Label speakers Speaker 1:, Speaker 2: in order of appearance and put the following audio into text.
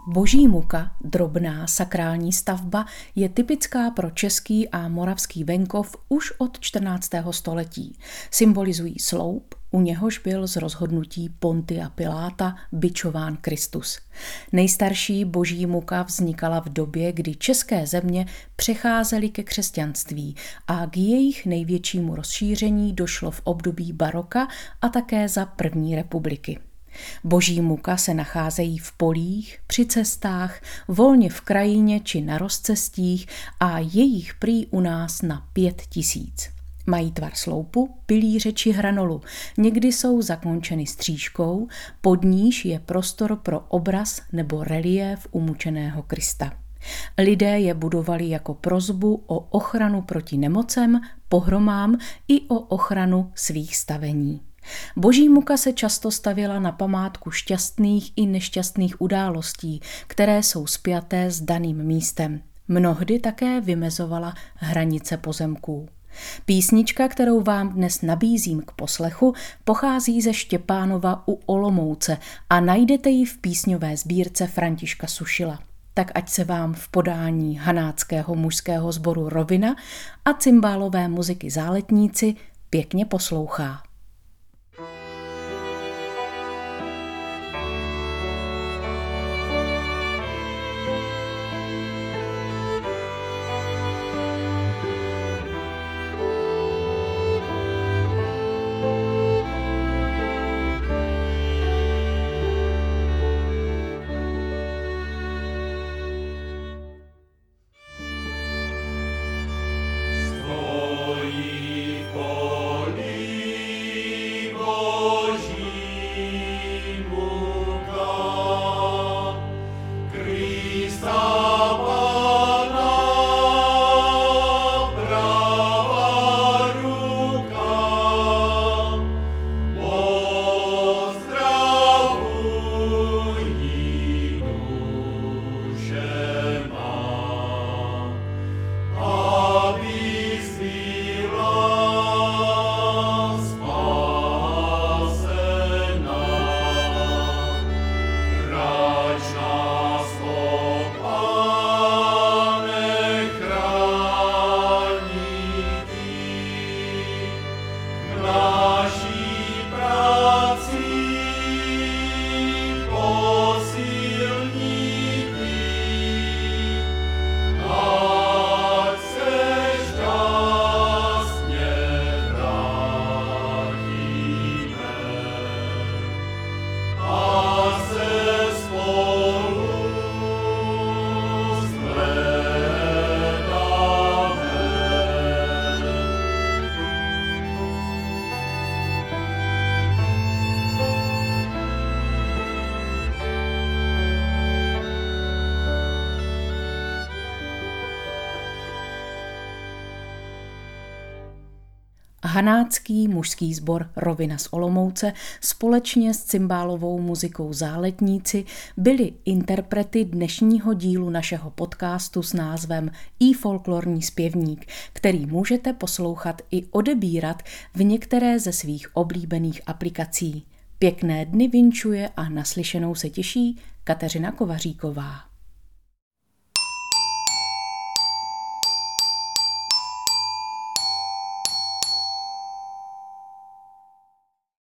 Speaker 1: Boží muka, drobná sakrální stavba, je typická pro český a moravský venkov už od 14. století. Symbolizují sloup, u něhož byl z rozhodnutí Pontia Piláta bičován Kristus. Nejstarší boží muka vznikala v době, kdy české země přecházely ke křesťanství a k jejich největšímu rozšíření došlo v období baroka a také za první republiky. Boží muka se nacházejí v polích, při cestách, volně v krajině či na rozcestích a je jich prý u nás na 5000. Mají tvar sloupu, pilíře či hranolu, někdy jsou zakončeny střížkou, pod níž je prostor pro obraz nebo reliéf umučeného Krista. Lidé je budovali jako prosbu o ochranu proti nemocem, pohromám i o ochranu svých stavení. Boží muka se často stavěla na památku šťastných i nešťastných událostí, které jsou spjaté s daným místem. Mnohdy také vymezovala hranice pozemků. Písnička, kterou vám dnes nabízím k poslechu, pochází ze Štěpánova u Olomouce a najdete ji v písňové sbírce Františka Sušila. Tak ať se vám v podání hanáckého mužského sboru Rovina a cymbálové muziky Záletníci pěkně poslouchá. Hanácký mužský sbor Rovina z Olomouce společně s cymbálovou muzikou Záletníci byli interprety dnešního dílu našeho podcastu s názvem I folklorní zpěvník, který můžete poslouchat i odebírat v některé ze svých oblíbených aplikací. Pěkné dny vinčuje a naslyšenou se těší Kateřina Kovaříková.